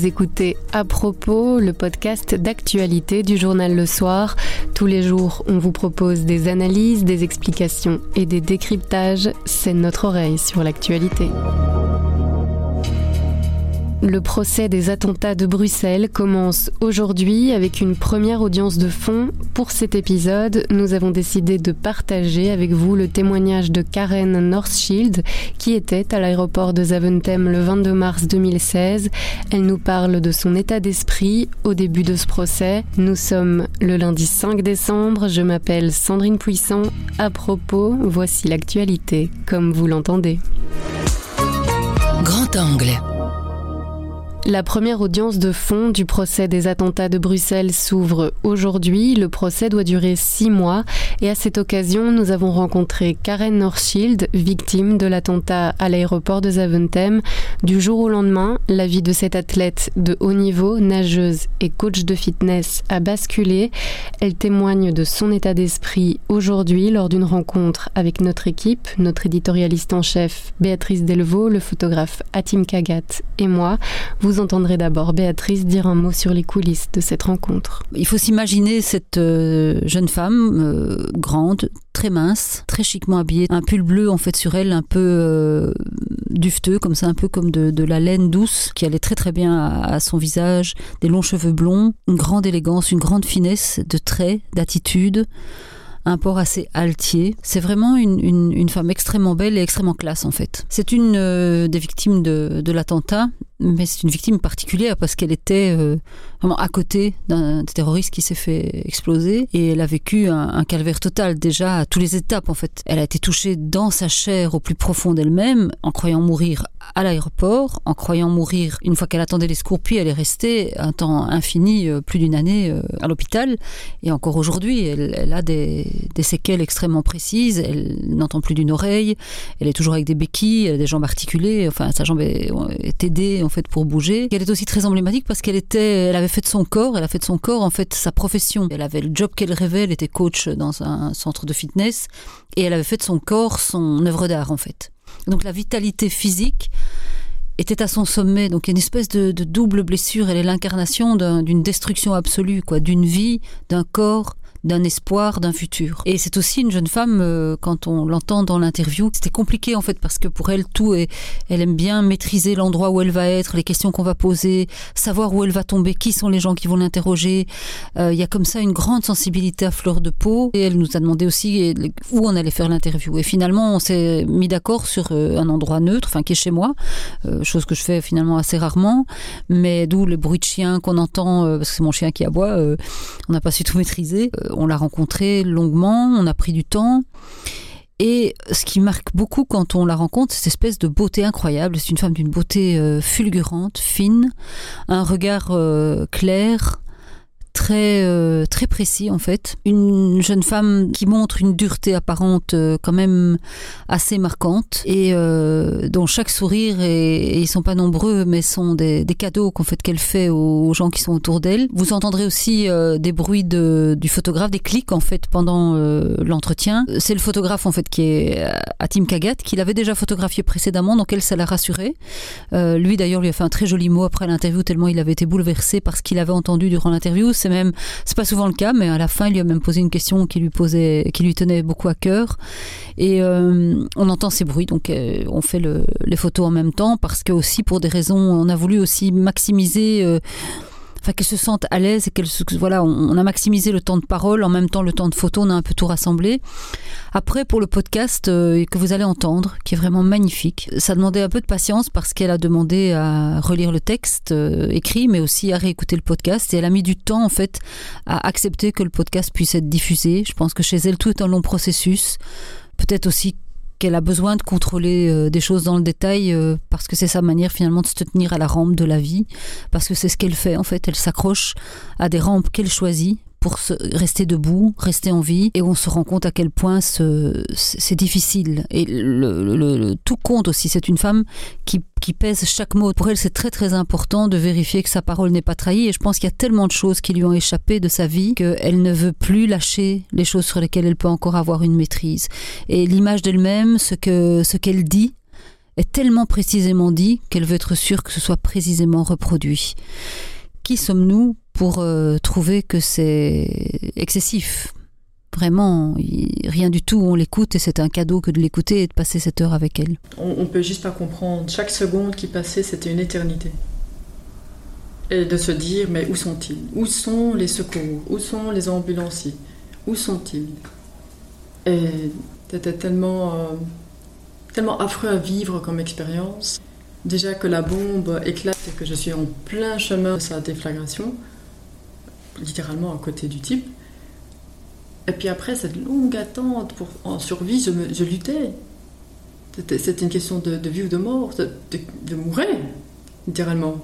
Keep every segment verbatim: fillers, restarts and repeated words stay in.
Vous écoutez À propos, le podcast d'actualité du journal Le Soir. Tous les jours, on vous propose des analyses, des explications et des décryptages. C'est notre oreille sur l'actualité. Le procès des attentats de Bruxelles commence aujourd'hui avec une première audience de fond. Pour cet épisode, nous avons décidé de partager avec vous le témoignage de Karen Northschild qui était à l'aéroport de Zaventem le vingt-deux mars deux mille seize. Elle nous parle de son état d'esprit au début de ce procès. Nous sommes le lundi cinq décembre. Je m'appelle Sandrine Puissant. À propos, voici l'actualité comme vous l'entendez. Grand angle. La première audience de fond du procès des attentats de Bruxelles s'ouvre aujourd'hui. Le procès doit durer six mois et à cette occasion, nous avons rencontré Karen Northschild, victime de l'attentat à l'aéroport de Zaventem. Du jour au lendemain, la vie de cette athlète de haut niveau, nageuse et coach de fitness a basculé. Elle témoigne de son état d'esprit aujourd'hui lors d'une rencontre avec notre équipe, notre éditorialiste en chef Béatrice Delvaux, le photographe Hatim Kagat et moi. Vous Vous entendrez d'abord Béatrice dire un mot sur les coulisses de cette rencontre. Il faut s'imaginer cette euh, jeune femme, euh, grande, très mince, très chiquement habillée, un pull bleu en fait sur elle, un peu euh, dufteux, comme ça, un peu comme de, de la laine douce, qui allait très très bien à, à son visage, des longs cheveux blonds, une grande élégance, une grande finesse de traits, d'attitude, un port assez altier. C'est vraiment une, une, une femme extrêmement belle et extrêmement classe en fait. C'est une euh, des victimes de, de l'attentat, mais c'est une victime particulière parce qu'elle était euh, vraiment à côté d'un terroriste qui s'est fait exploser et elle a vécu un, un calvaire total déjà à toutes les étapes en fait. Elle a été touchée dans sa chair au plus profond d'elle-même en croyant mourir à l'aéroport, en croyant mourir une fois qu'elle attendait les secours, puis elle est restée un temps infini, euh, plus d'une année euh, à l'hôpital et encore aujourd'hui elle, elle a des, des séquelles extrêmement précises, elle n'entend plus d'une oreille, elle est toujours avec des béquilles, elle a des jambes articulées, enfin sa jambe est, est aidée en fait pour bouger. Elle est aussi très emblématique parce qu'elle était, elle avait fait de son corps, elle a fait de son corps en fait sa profession. Elle avait le job qu'elle rêvait, elle était coach dans un centre de fitness et elle avait fait de son corps son œuvre d'art en fait. Donc la vitalité physique était à son sommet, donc il y a une espèce de, de double blessure. Elle est l'incarnation d'un, d'une destruction absolue, quoi, d'une vie, d'un corps, d'un espoir, d'un futur. Et c'est aussi une jeune femme, euh, quand on l'entend dans l'interview, c'était compliqué en fait, parce que pour elle, tout est, elle aime bien maîtriser l'endroit où elle va être, les questions qu'on va poser, savoir où elle va tomber, qui sont les gens qui vont l'interroger. Euh, il y a comme ça une grande sensibilité à fleur de peau. Et elle nous a demandé aussi où on allait faire l'interview. Et finalement, on s'est mis d'accord sur euh, un endroit neutre, enfin qui est chez moi, euh, chose que je fais finalement assez rarement, mais d'où le bruit de chien qu'on entend, euh, parce que c'est mon chien qui aboie, euh, on n'a pas su tout maîtriser. Euh, On l'a rencontrée longuement, on a pris du temps. Et ce qui marque beaucoup quand on la rencontre, c'est cette espèce de beauté incroyable. C'est une femme d'une beauté euh, fulgurante, fine, un regard euh, clair, très euh, très précis en fait. Une jeune femme qui montre une dureté apparente euh, quand même assez marquante et euh, dont chaque sourire, est, et ils sont pas nombreux, mais sont des, des cadeaux qu'en fait, qu'elle fait aux, aux gens qui sont autour d'elle. Vous entendrez aussi euh, des bruits de, du photographe, des clics en fait pendant euh, l'entretien. C'est le photographe en fait qui est Hatim Kagat, qui l'avait déjà photographié précédemment, donc elle, ça l'a rassuré. Euh, lui d'ailleurs lui a fait un très joli mot après l'interview, tellement il avait été bouleversé par ce qu'il avait entendu durant l'interview. C'est même, c'est pas souvent le cas, mais à la fin, il lui a même posé une question qui lui posait, qui lui tenait beaucoup à cœur. Et euh, on entend ces bruits, donc euh, on fait le, les photos en même temps parce que aussi pour des raisons, on a voulu aussi maximiser. Euh, Enfin, qu'elle se sente à l'aise et qu'elle se, voilà, on, on a maximisé le temps de parole, en même temps le temps de photo, on a un peu tout rassemblé. Après, pour le podcast euh, que vous allez entendre, qui est vraiment magnifique, ça demandait un peu de patience parce qu'elle a demandé à relire le texte euh, écrit, mais aussi à réécouter le podcast. Et elle a mis du temps, en fait, à accepter que le podcast puisse être diffusé. Je pense que chez elle, tout est un long processus. Peut-être aussi qu'elle a besoin de contrôler euh, des choses dans le détail euh, parce que c'est sa manière finalement de se tenir à la rampe de la vie, parce que c'est ce qu'elle fait en fait, elle s'accroche à des rampes qu'elle choisit pour se, rester debout, rester en vie, et on se rend compte à quel point ce, c'est difficile. Et le, le, le, tout compte aussi, c'est une femme qui, qui pèse chaque mot. Pour elle, c'est très très important de vérifier que sa parole n'est pas trahie, et je pense qu'il y a tellement de choses qui lui ont échappé de sa vie qu'elle ne veut plus lâcher les choses sur lesquelles elle peut encore avoir une maîtrise. Et l'image d'elle-même, ce que, ce qu'elle dit, est tellement précisément dit qu'elle veut être sûre que ce soit précisément reproduit. Qui sommes-nous pour euh, trouver que c'est excessif ? Vraiment, il, rien du tout, on l'écoute et c'est un cadeau que de l'écouter et de passer cette heure avec elle. On ne peut juste pas comprendre. Chaque seconde qui passait, c'était une éternité. Et de se dire, mais où sont-ils ? Où sont les secours ? Où sont les ambulanciers ? Où sont-ils ? Et c'était tellement, euh, tellement affreux à vivre comme expérience. Déjà que la bombe éclate et que je suis en plein chemin de sa déflagration, littéralement à côté du type. Et puis après, cette longue attente pour, en survie, je, me, je luttais. C'était, c'était une question de, de vie ou de mort, de, de, de mourir, littéralement.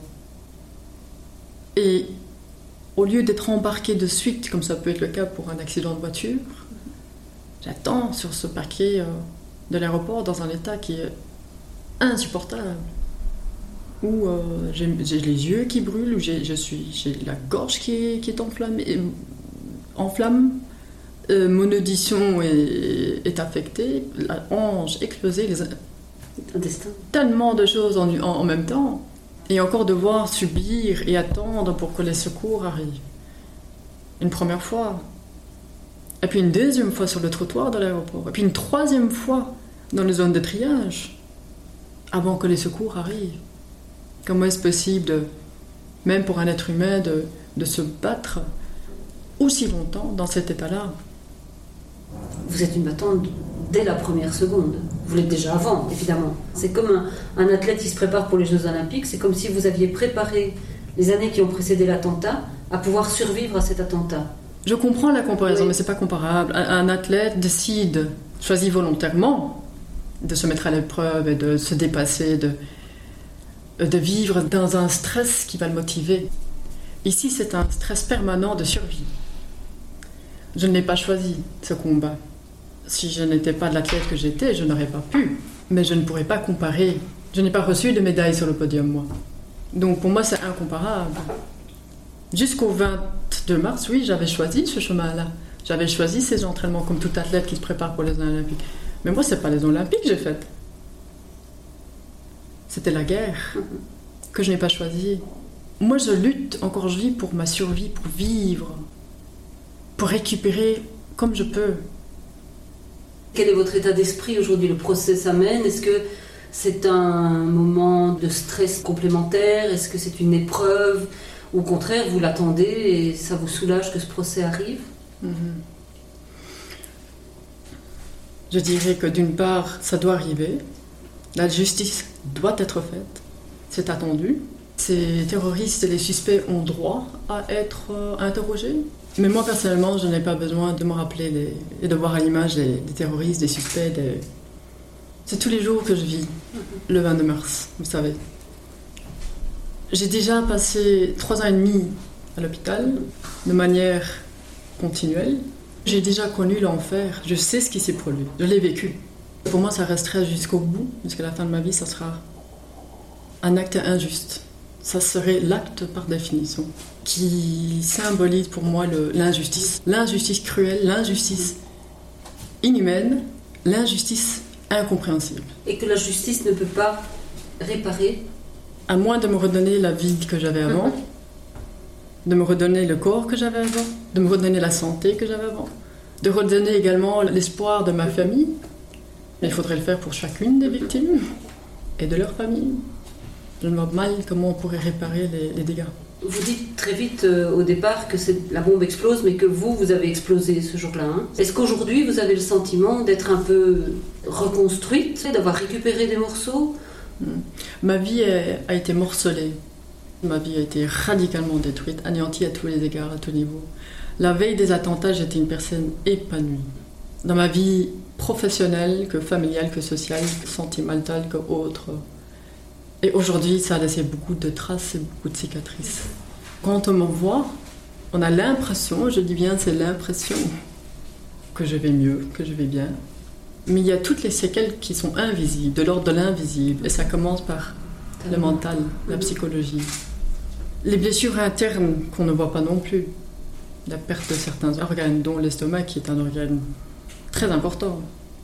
Et au lieu d'être embarqué de suite, comme ça peut être le cas pour un accident de voiture, j'attends sur ce parquet euh, de l'aéroport dans un état qui est insupportable. Où euh, j'ai, j'ai les yeux qui brûlent, où j'ai, je suis, j'ai la gorge qui est, qui est enflammée, en flamme. Euh, mon audition est, est affectée, la hanche explosée, les... tellement de choses en, en, en même temps. Et encore devoir subir et attendre pour que les secours arrivent. Une première fois. Et puis une deuxième fois sur le trottoir de l'aéroport. Et puis une troisième fois dans les zones de triage. Avant que les secours arrivent. Comment est-ce possible, de, même pour un être humain, de, de se battre aussi longtemps dans cet état-là ? Vous êtes une battante dès la première seconde. Vous l'êtes déjà avant, évidemment. C'est comme un, un athlète qui se prépare pour les Jeux Olympiques. C'est comme si vous aviez préparé les années qui ont précédé l'attentat à pouvoir survivre à cet attentat. Je comprends la comparaison, oui. Mais c'est pas comparable. Un, un athlète décide, choisit volontairement de se mettre à l'épreuve et de se dépasser, de, de vivre dans un stress qui va le motiver. Ici, c'est un stress permanent de survie. Je ne l'ai pas choisi, ce combat. Si je n'étais pas de l'athlète que j'étais, je n'aurais pas pu. Mais je ne pourrais pas comparer. Je n'ai pas reçu de médaille sur le podium, moi. Donc pour moi, c'est incomparable. Jusqu'au vingt-deux mars, oui, j'avais choisi ce chemin-là. J'avais choisi ces entraînements comme tout athlète qui se prépare pour les Olympiques. Mais moi, ce n'est pas les Olympiques que j'ai faites. C'était la guerre que je n'ai pas choisie. Moi, je lutte, encore je vis pour ma survie, pour vivre, pour récupérer comme je peux. Quel est votre état d'esprit aujourd'hui ? Le procès s'amène. Est-ce que c'est un moment de stress complémentaire ? Est-ce que c'est une épreuve ? Ou au contraire, vous l'attendez et ça vous soulage que ce procès arrive ? Mm-hmm. Je dirais que d'une part, ça doit arriver. La justice doit être faite. C'est attendu. Ces terroristes et les suspects ont droit à être interrogés. Mais moi, personnellement, je n'ai pas besoin de me rappeler les, et de voir à l'image des, des terroristes, des suspects. Des... C'est tous les jours que je vis, le vingt-deux mars, vous savez. J'ai déjà passé trois ans et demi à l'hôpital, de manière continuelle. J'ai déjà connu l'enfer, je sais ce qui s'est produit, je l'ai vécu. Pour moi, ça resterait jusqu'au bout, jusqu'à la fin de ma vie, ça sera un acte injuste. Ça serait l'acte par définition qui symbolise pour moi le, l'injustice. L'injustice cruelle, l'injustice inhumaine, l'injustice incompréhensible. Et que la justice ne peut pas réparer ? À moins de me redonner la vie que j'avais avant, de me redonner le corps que j'avais avant, de me redonner la santé que j'avais avant, de redonner également l'espoir de ma famille. Il faudrait le faire pour chacune des victimes et de leur famille. Je me vois mal comment on pourrait réparer les, les dégâts. Vous dites très vite euh, au départ que c'est, la bombe explose, mais que vous, vous avez explosé ce jour-là. Hein. Est-ce qu'aujourd'hui, vous avez le sentiment d'être un peu reconstruite, d'avoir récupéré des morceaux ? mmh. Ma vie a, a été morcelée. Ma vie a été radicalement détruite, anéantie à tous les égards, à tous niveaux. La veille des attentats, j'étais une personne épanouie. Dans ma vie professionnelle, que familiale, que sociale, que sentimentale, que autre. Et aujourd'hui, ça a laissé beaucoup de traces et beaucoup de cicatrices. Quand on me voit, on a l'impression, je dis bien c'est l'impression, que je vais mieux, que je vais bien. Mais il y a toutes les séquelles qui sont invisibles, de l'ordre de l'invisible. Et ça commence par le mental, la psychologie. Les blessures internes qu'on ne voit pas non plus. La perte de certains organes, dont l'estomac qui est un organe très important.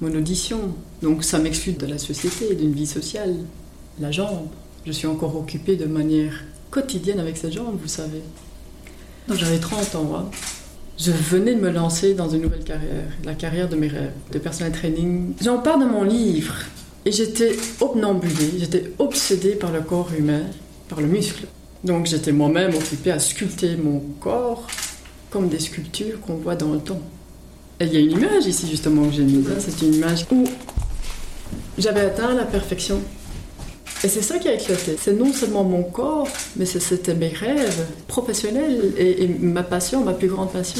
mon audition. Donc ça m'exclut de la société, d'une vie sociale. La jambe. Je suis encore occupée de manière quotidienne avec cette jambe, vous savez. Donc j'avais trente ans, hein. Je venais de me lancer dans une nouvelle carrière, la carrière de mes rêves, de personal training. J'en parle dans mon livre. Et j'étais obnubilée, j'étais obsédée par le corps humain, par le muscle. Donc j'étais moi-même occupée à sculpter mon corps comme des sculptures qu'on voit dans le temps. Et il y a une image ici justement que j'ai mise, hein. C'est une image où j'avais atteint la perfection. Et c'est ça qui a éclaté. C'est non seulement mon corps, mais c'était mes rêves professionnels et, et ma passion, ma plus grande passion.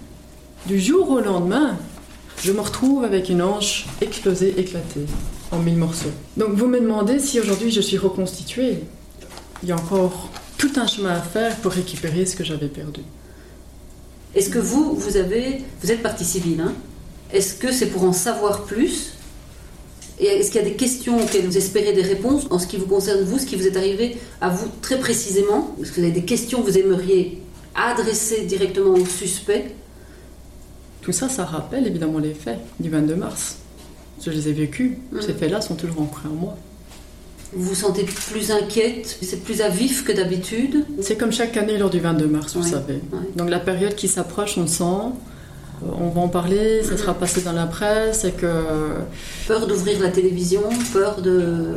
Du jour au lendemain, je me retrouve avec une hanche explosée, éclatée, en mille morceaux. Donc vous me demandez si aujourd'hui je suis reconstituée. Il y a encore tout un chemin à faire pour récupérer ce que j'avais perdu. Est-ce que vous, vous avez, vous êtes partie civile, hein? Est-ce que c'est pour en savoir plus? Et est-ce qu'il y a des questions auxquelles vous espérez des réponses en ce qui vous concerne, vous, ce qui vous est arrivé à vous très précisément? Est-ce que vous avez des questions que vous aimeriez adresser directement au suspect? Tout ça, ça rappelle évidemment les faits du vingt-deux mars. Je les ai vécus. Mmh. Ces faits-là sont toujours ancrés en moi. Vous vous sentez plus inquiète? C'est plus à vif que d'habitude? C'est comme chaque année lors du vingt-deux mars, vous oui, savez. Oui. Donc la période qui s'approche, on le sent. On va en parler, ça sera passé dans la presse et que... Peur d'ouvrir la télévision, peur de...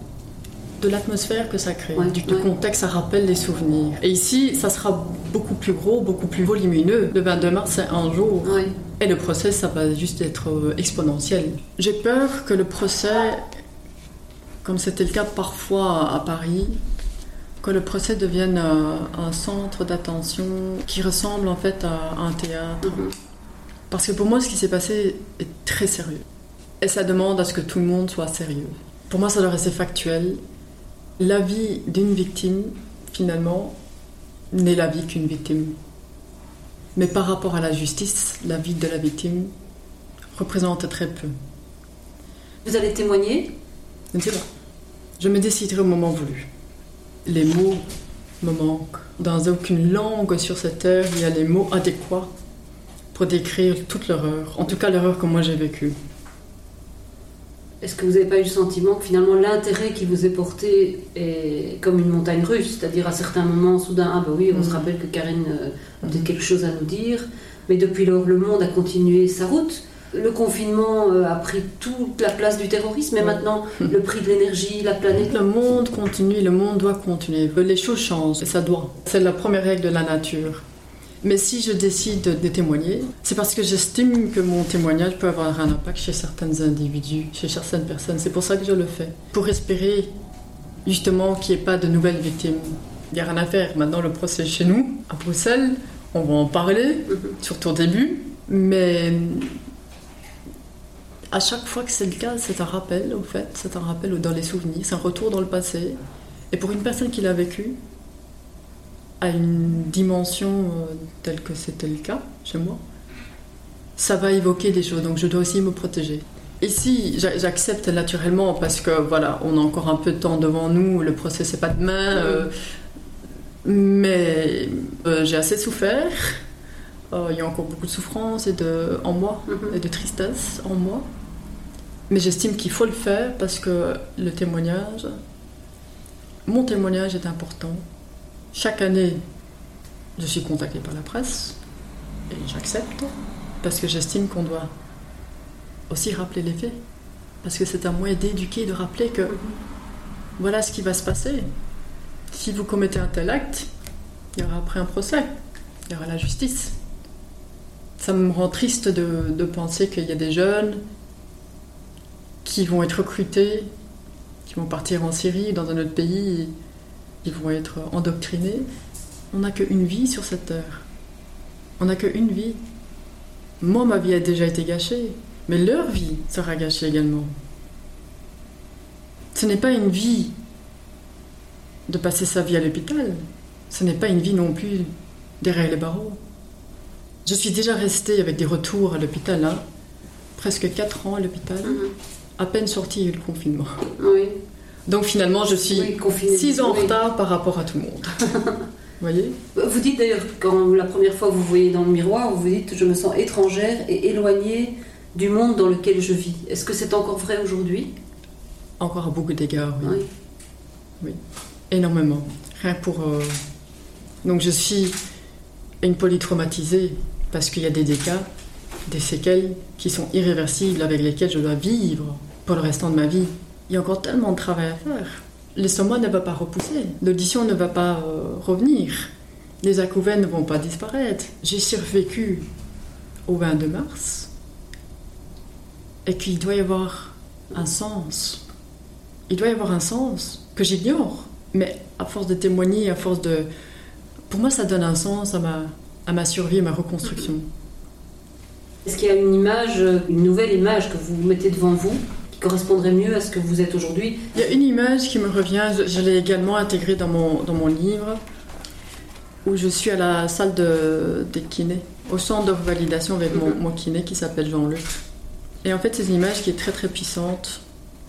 De l'atmosphère que ça crée, ouais, du ouais. contexte, ça rappelle les souvenirs. Et ici, ça sera beaucoup plus gros, beaucoup plus volumineux. Le vingt-deux mars, c'est un jour. Ouais. Et le procès, ça va juste être exponentiel. J'ai peur que le procès, comme c'était le cas parfois à Paris, que le procès devienne un centre d'attention qui ressemble en fait à un théâtre. Mm-hmm. Parce que pour moi, ce qui s'est passé est très sérieux. Et ça demande à ce que tout le monde soit sérieux. Pour moi, ça doit rester factuel. La vie d'une victime, finalement, n'est la vie qu'une victime. Mais par rapport à la justice, la vie de la victime représente très peu. Vous allez témoigner? Je ne sais pas. Je me déciderai au moment voulu. Les mots me manquent. Dans aucune langue sur cette terre, il y a les mots adéquats pour décrire toute l'horreur, en tout cas l'horreur que moi j'ai vécue. Est-ce que vous n'avez pas eu le sentiment que finalement l'intérêt qui vous est porté est comme une montagne russe, c'est-à-dire à certains moments, soudain, ah ben oui, on mmh. se rappelle que Karine a peut-être quelque chose à nous dire, mais depuis lors, le monde a continué sa route. Le confinement a pris toute la place du terrorisme, et mmh. maintenant, le prix de l'énergie, la planète... Le monde continue, le monde doit continuer. Les choses changent, et ça doit. C'est la première règle de la nature. Mais si je décide de témoigner, c'est parce que j'estime que mon témoignage peut avoir un impact chez certains individus, chez certaines personnes. C'est pour ça que je le fais. Pour espérer justement qu'il n'y ait pas de nouvelles victimes. Il n'y a rien à faire. Maintenant, le procès est chez nous, à Bruxelles. On va en parler, surtout au début. Mais à chaque fois que c'est le cas, c'est un rappel, au fait. C'est un rappel dans les souvenirs. C'est un retour dans le passé. Et pour une personne qui l'a vécu, à une dimension euh, telle que c'était le cas chez moi, ça va évoquer des choses, donc je dois aussi me protéger. Ici, j'accepte naturellement parce que voilà, on a encore un peu de temps devant nous, le procès c'est pas demain, euh, mais euh, j'ai assez souffert, euh, il y a encore beaucoup de souffrance et de, en moi, et de tristesse en moi, mais j'estime qu'il faut le faire parce que le témoignage, mon témoignage est important. Chaque année, je suis contactée par la presse et j'accepte parce que j'estime qu'on doit aussi rappeler les faits. Parce que c'est un moyen d'éduquer, de rappeler que voilà ce qui va se passer. Si vous commettez un tel acte, il y aura après un procès, il y aura la justice. Ça me rend triste de, de penser qu'il y a des jeunes qui vont être recrutés, qui vont partir en Syrie, dans un autre pays, ils vont être endoctrinés. On n'a qu'une vie sur cette terre. On n'a qu'une vie. Moi, ma vie a déjà été gâchée, mais leur vie sera gâchée également. Ce n'est pas une vie de passer sa vie à l'hôpital. Ce n'est pas une vie non plus derrière les barreaux. Je suis déjà restée avec des retours à l'hôpital, hein, presque quatre ans à l'hôpital, mmh. à peine sortie, il y a eu le confinement. Oui. Donc finalement, je suis oui, six ans en oui. retard par rapport à tout le monde. Vous voyez ? Vous dites d'ailleurs, quand la première fois que vous voyez dans le miroir, vous vous dites « je me sens étrangère et éloignée du monde dans lequel je vis. Est-ce que c'est encore vrai aujourd'hui ? Encore à beaucoup d'égards, oui. Oui. Oui, énormément. Rien pour... Euh... Donc je suis une polytraumatisée parce qu'il y a des dégâts, des séquelles qui sont irréversibles avec lesquelles je dois vivre pour le restant de ma vie. Il y a encore tellement de travail à faire. L'estomac ne va pas repousser, l'audition ne va pas euh, revenir, les acouphènes ne vont pas disparaître. J'ai survécu au vingt-deux mars et qu'il doit y avoir un sens. Il doit y avoir un sens que j'ignore, mais à force de témoigner, à force de... Pour moi, ça donne un sens à ma, à ma survie, à ma reconstruction. Est-ce qu'il y a une image, une nouvelle image que vous mettez devant vous qui correspondrait mieux à ce que vous êtes aujourd'hui ? Il y a une image qui me revient, je, je l'ai également intégrée dans mon, dans mon livre, où je suis à la salle de, des kinés, au centre de revalidation avec mon, mon kiné qui s'appelle Jean-Luc. Et en fait, c'est une image qui est très très puissante,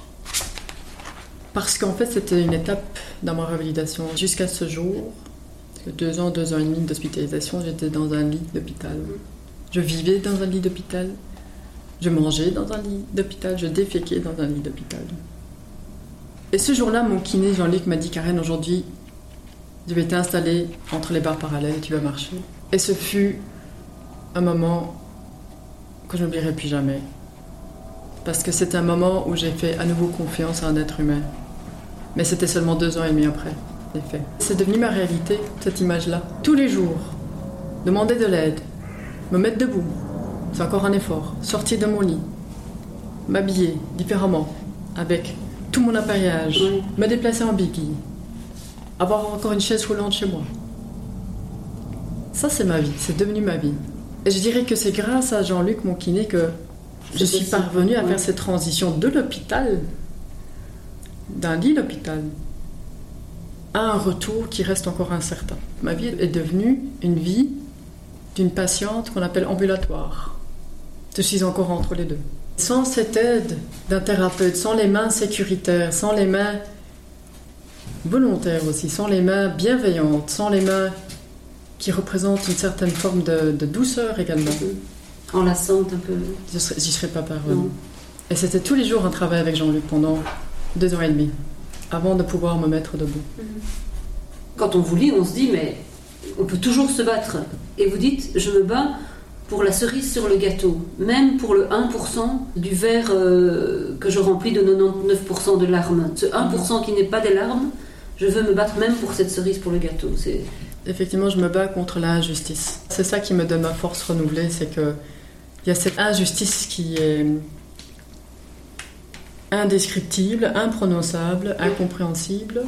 parce qu'en fait, c'était une étape dans ma revalidation. Jusqu'à ce jour, deux ans, deux ans et demi d'hospitalisation, j'étais dans un lit d'hôpital. Je vivais dans un lit d'hôpital, je mangeais dans un lit d'hôpital, je déféquais dans un lit d'hôpital. Et ce jour-là, mon kiné Jean-Luc m'a dit « Karen, aujourd'hui, je vais t'installer entre les barres parallèles et tu vas marcher. » Et ce fut un moment que je n'oublierai plus jamais. Parce que c'est un moment où j'ai fait à nouveau confiance à un être humain. Mais c'était seulement deux ans et demi après, les faits. C'est devenu ma réalité, cette image-là. Tous les jours, demander de l'aide, me mettre debout, c'est encore un effort. Sortir de mon lit, m'habiller différemment, avec tout mon appareillage, Oui. me déplacer en béquille, avoir encore une chaise roulante chez moi. Ça, c'est ma vie, c'est devenu ma vie. Et je dirais que c'est grâce à Jean-Luc, mon kiné, que je suis parvenue à faire cette transition de l'hôpital, d'un lit d'hôpital, à un retour qui reste encore incertain. Ma vie est devenue une vie d'une patiente qu'on appelle ambulatoire. Je suis encore entre les deux. Sans cette aide d'un thérapeute, sans les mains sécuritaires, sans les mains volontaires aussi, sans les mains bienveillantes, sans les mains qui représentent une certaine forme de, de douceur également, Enlaçante un peu. je serais, j'y serais pas parvenue. Et c'était tous les jours un travail avec Jean-Luc pendant deux ans et demi, avant de pouvoir me mettre debout. Quand on vous lit, on se dit, mais on peut toujours se battre. Et vous dites, je me bats pour la cerise sur le gâteau, même pour le un pour cent du verre euh, que je remplis de quatre-vingt-dix-neuf pour cent de larmes. Ce un pour cent qui n'est pas des larmes, je veux me battre même pour cette cerise pour le gâteau. C'est... Effectivement, je me bats contre l'injustice. C'est ça qui me donne ma force renouvelée, c'est que il y a cette injustice qui est indescriptible, imprononçable, incompréhensible.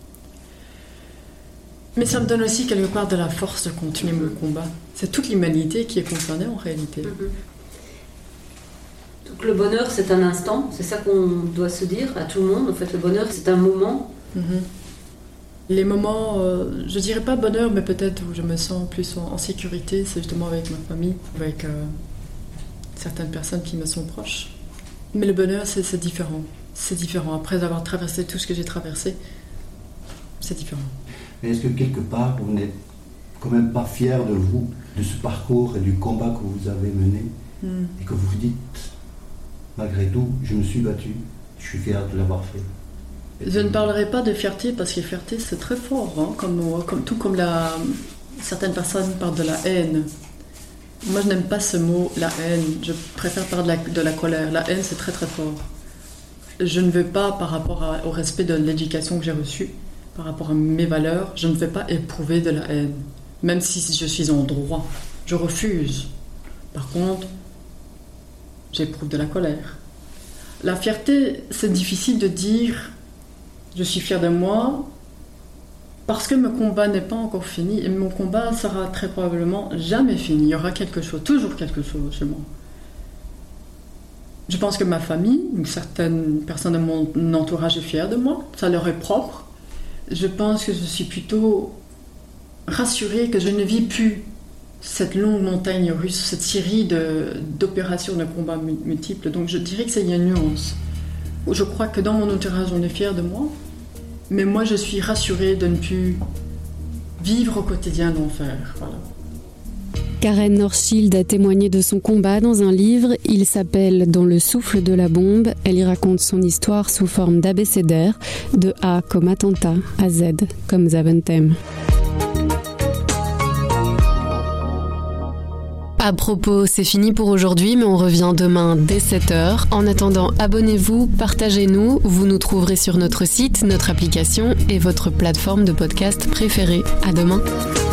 Mais ça me donne aussi quelque part de la force de continuer mon combat. C'est toute l'humanité qui est concernée en réalité. Donc le bonheur, c'est un instant, c'est ça qu'on doit se dire à tout le monde. En fait, le bonheur, c'est un moment. Mm-hmm. Les moments, euh, je dirais pas bonheur, mais peut-être où je me sens plus en, en sécurité, c'est justement avec ma famille, avec euh, certaines personnes qui me sont proches. Mais le bonheur, c'est, c'est différent. C'est différent. Après avoir traversé tout ce que j'ai traversé, c'est différent. Mais est-ce que quelque part, vous n'êtes quand même pas fier de vous, de ce parcours et du combat que vous avez mené, mm. et que vous vous dites, malgré tout, je me suis battu, je suis fier de l'avoir fait? Je ne parlerai pas de fierté, parce que fierté, c'est très fort, hein, comme, comme, tout comme la, certaines personnes parlent de la haine. Moi, je n'aime pas ce mot, la haine. Je préfère parler de la, de la colère. La haine, c'est très très fort. Je ne veux pas, par rapport à, au respect de l'éducation que j'ai reçue, par rapport à mes valeurs, je ne vais pas éprouver de la haine. Même si je suis en droit, je refuse. Par contre, j'éprouve de la colère. La fierté, c'est difficile de dire je suis fier de moi parce que mon combat n'est pas encore fini et mon combat sera très probablement jamais fini. Il y aura quelque chose, toujours quelque chose chez moi. Je pense que ma famille, une certaine personne de mon entourage est fière de moi, ça leur est propre. Je pense que je suis plutôt rassurée que je ne vis plus cette longue montagne russe, cette série de, d'opérations de combats multiples. Donc je dirais que c'est une nuance. Je crois que dans mon entourage, on est fier de moi, mais moi je suis rassurée de ne plus vivre au quotidien l'enfer. Voilà. Karen Northschild a témoigné de son combat dans un livre. Il s'appelle « Dans le souffle de la bombe ». Elle y raconte son histoire sous forme d'abécédaire, de A comme attentat à Z comme Zaventem. À propos, c'est fini pour aujourd'hui, mais on revient demain dès sept heures. En attendant, abonnez-vous, partagez-nous. Vous nous trouverez sur notre site, notre application et votre plateforme de podcast préférée. À demain.